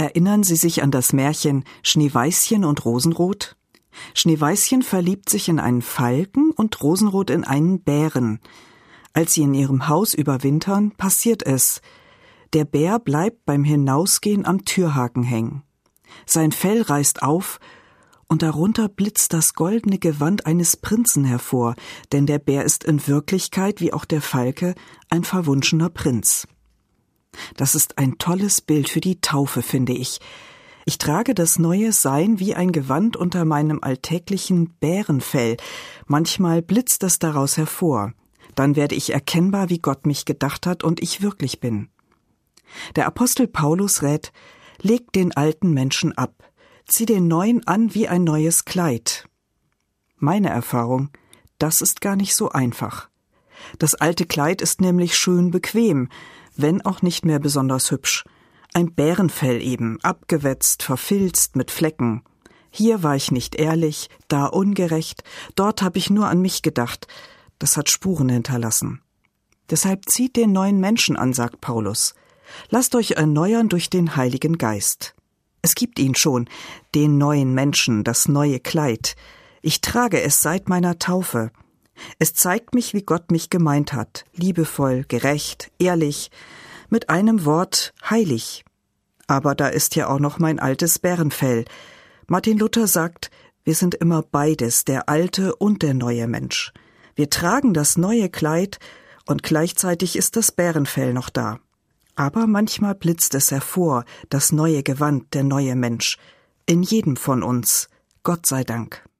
Erinnern Sie sich an das Märchen Schneeweißchen und Rosenrot? Schneeweißchen verliebt sich in einen Falken und Rosenrot in einen Bären. Als sie in ihrem Haus überwintern, passiert es. Der Bär bleibt beim Hinausgehen am Türhaken hängen. Sein Fell reißt auf und darunter blitzt das goldene Gewand eines Prinzen hervor, denn der Bär ist in Wirklichkeit, wie auch der Falke, ein verwunschener Prinz. Das ist ein tolles Bild für die Taufe, finde ich. Ich trage das neue Sein wie ein Gewand unter meinem alltäglichen Bärenfell. Manchmal blitzt es daraus hervor. Dann werde ich erkennbar, wie Gott mich gedacht hat und ich wirklich bin. Der Apostel Paulus rät: Leg den alten Menschen ab, zieh den neuen an wie ein neues Kleid. Meine Erfahrung: Das ist gar nicht so einfach. Das alte Kleid ist nämlich schön bequem, wenn auch nicht mehr besonders hübsch. Ein Bärenfell eben, abgewetzt, verfilzt, mit Flecken. Hier war ich nicht ehrlich, da ungerecht, dort habe ich nur an mich gedacht. Das hat Spuren hinterlassen. Deshalb zieht den neuen Menschen an, sagt Paulus. Lasst euch erneuern durch den Heiligen Geist. Es gibt ihn schon, den neuen Menschen, das neue Kleid. Ich trage es seit meiner Taufe. Es zeigt mich, wie Gott mich gemeint hat, liebevoll, gerecht, ehrlich, mit einem Wort heilig. Aber da ist ja auch noch mein altes Bärenfell. Martin Luther sagt, wir sind immer beides, der alte und der neue Mensch. Wir tragen das neue Kleid und gleichzeitig ist das Bärenfell noch da. Aber manchmal blitzt es hervor, das neue Gewand, der neue Mensch. In jedem von uns. Gott sei Dank.